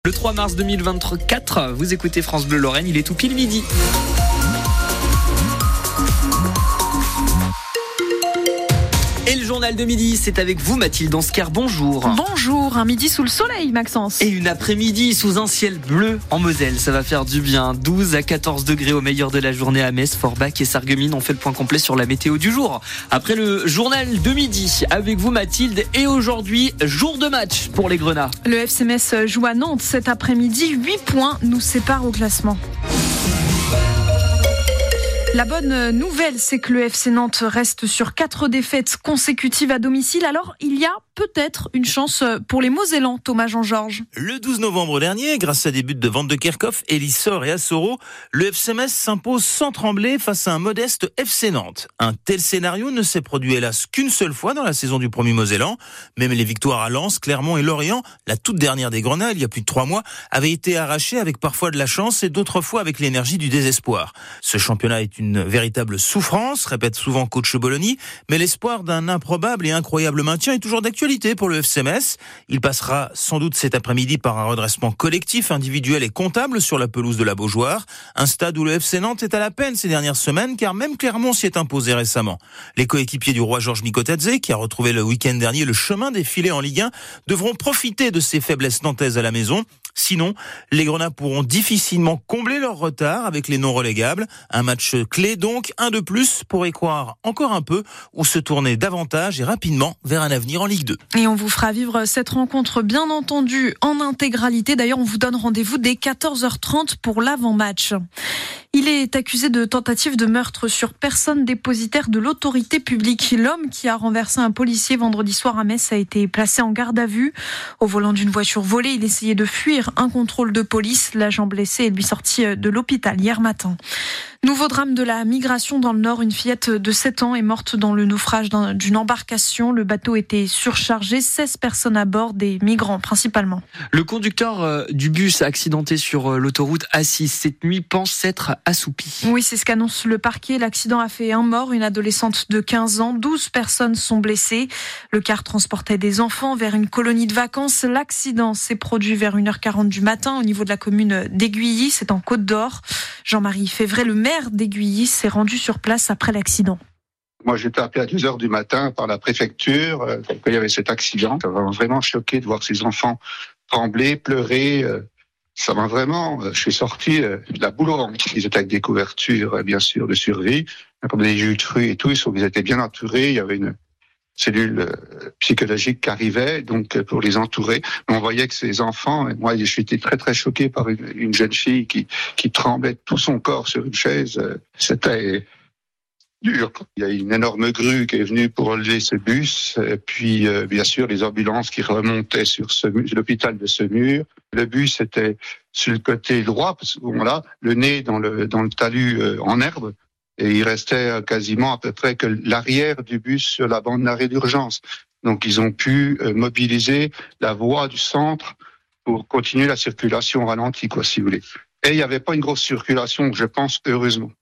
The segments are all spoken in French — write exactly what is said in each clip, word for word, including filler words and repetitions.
Le trois mars deux mille vingt-quatre, vous écoutez France Bleu Lorraine, il est tout pile midi. Et le journal de midi, c'est avec vous Mathilde Ansker, bonjour. Bonjour, un midi sous le soleil Maxence. Et une après-midi sous un ciel bleu en Moselle, ça va faire du bien. douze à quatorze degrés au meilleur de la journée à Metz, Forbach et Sarreguemines. On fait le point complet sur la météo du jour. Après le journal de midi, avec vous Mathilde, et aujourd'hui, jour de match pour les Grenats. Le F C Metz joue à Nantes cet après-midi, huit points nous séparent au classement. La bonne nouvelle, c'est que le F C Nantes reste sur quatre défaites consécutives à domicile. Alors, il y a peut-être une chance pour les Mosellans, Thomas Jean-Georges. Le douze novembre dernier, grâce à des buts de Van de Kerkhoff, Elissor et Assoro, le F C Metz s'impose sans trembler face à un modeste F C Nantes. Un tel scénario ne s'est produit hélas qu'une seule fois dans la saison du premier Mosellan. Même les victoires à Lens, Clermont et Lorient, la toute dernière des Grenats, il y a plus de trois mois, avaient été arrachées avec parfois de la chance et d'autres fois avec l'énergie du désespoir. Ce championnat est une véritable souffrance, répète souvent coach Bologna, mais l'espoir d'un improbable et incroyable maintien est toujours d'actualité pour le F C Metz. Il passera sans doute cet après-midi par un redressement collectif, individuel et comptable sur la pelouse de la Beaujoire, un stade où le F C Nantes est à la peine ces dernières semaines, car même Clermont s'y est imposé récemment. Les coéquipiers du roi Georges Mikotadze, qui a retrouvé le week-end dernier le chemin des filets en Ligue un, devront profiter de ces faiblesses nantaises à la maison. Sinon, les Grenats pourront difficilement combler leur retard avec les non relégables. Un match clé donc, un de plus pour y croire encore un peu ou se tourner davantage et rapidement vers un avenir en Ligue deux. Et on vous fera vivre cette rencontre bien entendu en intégralité. D'ailleurs, on vous donne rendez-vous dès quatorze heures trente pour l'avant-match. Il est accusé de tentative de meurtre sur personne dépositaire de l'autorité publique. L'homme qui a renversé un policier vendredi soir à Metz a été placé en garde à vue. Au volant d'une voiture volée, il essayait de fuir un contrôle de police. L'agent blessé est lui sorti de l'hôpital hier matin. Nouveau drame de la migration dans le Nord. Une fillette de sept ans est morte dans le naufrage d'une embarcation. Le bateau était surchargé. seize personnes à bord, des migrants principalement. Le conducteur du bus accidenté sur l'autoroute A six cette nuit pense s'être assoupi. Oui, c'est ce qu'annonce le parquet. L'accident a fait un mort, une adolescente de quinze ans. douze personnes sont blessées. Le car transportait des enfants vers une colonie de vacances. L'accident s'est produit vers une heure quarante du matin au niveau de la commune d'Aiguilly. C'est en Côte d'Or. Jean-Marie Févret, le maire d'Aiguilly, s'est rendu sur place après l'accident. Moi, j'ai été appelé à deux heures du matin par la préfecture euh, quand il y avait cet accident. Ça m'a vraiment choqué de voir ces enfants trembler, pleurer. Euh, ça m'a vraiment... Euh, je suis sorti euh, de la boule au ventre. Ils étaient avec des couvertures, euh, bien sûr, de survie, comme des jus de fruits et tout. Ils, ils étaient bien entourés. Il y avait une cellule euh, psychologique qui arrivait, donc euh, pour les entourer. Mais on voyait que ces enfants... Et moi, j'ai été très, très choqué par une, une jeune fille qui, qui tremblait de tout son corps sur une chaise. Euh, c'était... dur. Il y a une énorme grue qui est venue pour relever ce bus, et puis euh, bien sûr les ambulances qui remontaient sur ce, l'hôpital de Semur. Le bus était sur le côté droit, parce que bon, là, le nez dans le dans le talus euh, en herbe, et il restait euh, quasiment à peu près que l'arrière du bus sur la bande d'arrêt d'urgence. Donc ils ont pu euh, mobiliser la voie du centre pour continuer la circulation ralentie, quoi, si vous voulez. Et il n'y avait pas une grosse circulation, je pense, heureusement.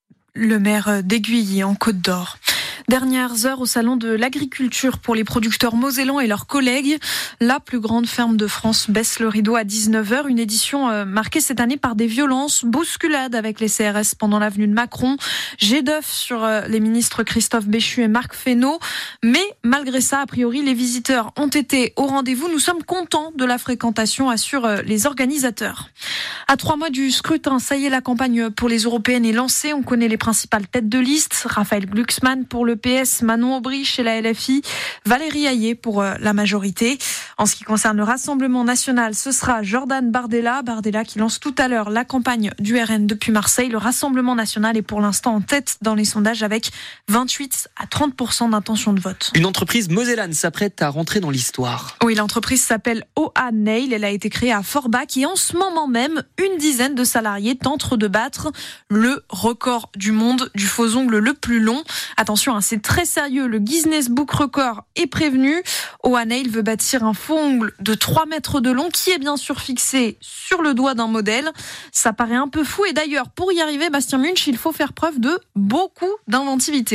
Le maire d'Aiguilly en Côte d'Or. Dernières heures au salon de l'agriculture pour les producteurs mosellans et leurs collègues. La plus grande ferme de France baisse le rideau à dix-neuf heures. Une édition marquée cette année par des violences, bousculades avec les C R S pendant l'avenue de Macron, jet d'œuf sur les ministres Christophe Béchu et Marc Fesneau. Mais malgré ça, a priori, les visiteurs ont été au rendez-vous. Nous sommes contents de la fréquentation, assurent les organisateurs. À trois mois du scrutin, ça y est, la campagne pour les européennes est lancée. On connaît les principales têtes de liste. Raphaël Glucksmann pour le P S, Manon Aubry chez la L F I, Valérie Hayé pour la majorité. En ce qui concerne le Rassemblement national, ce sera Jordan Bardella. Bardella qui lance tout à l'heure la campagne du R N depuis Marseille. Le Rassemblement national est pour l'instant en tête dans les sondages avec vingt-huit à trente pour cent d'intention de vote. Une entreprise mosellane s'apprête à rentrer dans l'histoire. Oui, l'entreprise s'appelle O A Nail. Elle a été créée à Forbach et en ce moment même, une dizaine de salariés tentent de battre le record du monde du faux ongle le plus long. Attention, hein, c'est très sérieux. Le Guinness Book Record est prévenu. O A Nail veut bâtir un faux ongle de trois mètres de long qui est bien sûr fixé sur le doigt d'un modèle. Ça paraît un peu fou et d'ailleurs, pour y arriver, Bastien Munch, il faut faire preuve de beaucoup d'inventivité.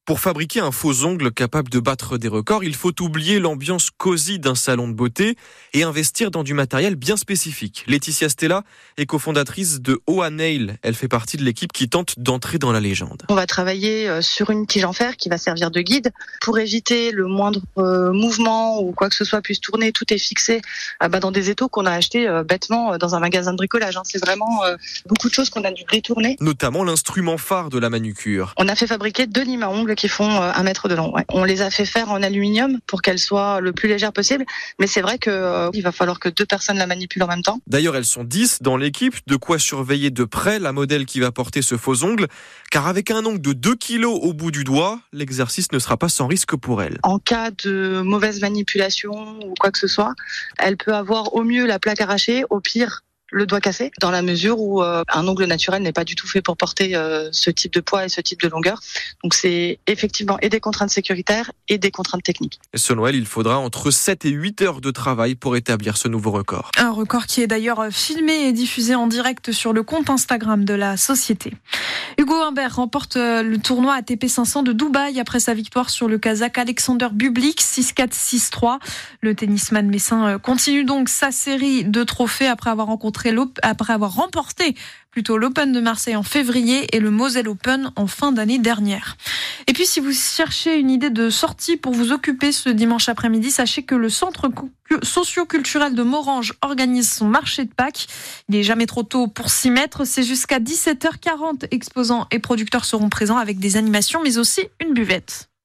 Pour fabriquer un faux ongle capable de battre des records, il faut oublier l'ambiance cosy d'un salon de beauté et investir dans du matériel bien spécifique. Laetitia Stella est cofondatrice de Oa Nail. Elle fait partie de l'équipe qui tente d'entrer dans la légende. On va travailler sur une tige en fer qui va servir de guide pour éviter le moindre mouvement ou quoi que ce soit puisse tourner. Tout est fixé dans des étaux qu'on a achetés bêtement dans un magasin de bricolage. C'est vraiment beaucoup de choses qu'on a dû détourner. Notamment l'instrument phare de la manucure. On a fait fabriquer deux limes à ongles qui font un mètre de long. Ouais. On les a fait faire en aluminium pour qu'elles soient le plus légères possible. Mais c'est vrai qu'il euh, va falloir que deux personnes la manipulent en même temps. D'ailleurs, elles sont dix dans l'équipe. De quoi surveiller de près la modèle qui va porter ce faux ongle. Car avec un ongle de deux kilos au bout du doigt, l'exercice ne sera pas sans risque pour elle. En cas de mauvaise manipulation ou quoi que ce soit, elle peut avoir au mieux la plaque arrachée, au pire le doigt cassé, dans la mesure où euh, un ongle naturel n'est pas du tout fait pour porter euh, ce type de poids et ce type de longueur. Donc c'est effectivement et des contraintes sécuritaires et des contraintes techniques. Et ce Noël, il faudra entre sept et huit heures de travail pour établir ce nouveau record. Un record qui est d'ailleurs filmé et diffusé en direct sur le compte Instagram de la société. Hugo Humbert remporte le tournoi A T P cinq cents de Dubaï après sa victoire sur le Kazakh Alexander Bublik, six quatre six trois. Le tennisman messin continue donc sa série de trophées après avoir rencontré après avoir remporté plutôt l'Open de Marseille en février et le Moselle Open en fin d'année dernière. Et puis si vous cherchez une idée de sortie pour vous occuper ce dimanche après-midi, sachez que le centre socio-culturel de Morange organise son marché de Pâques. Il n'est jamais trop tôt pour s'y mettre, c'est jusqu'à dix-sept heures quarante. Exposants et producteurs seront présents avec des animations mais aussi une buvette.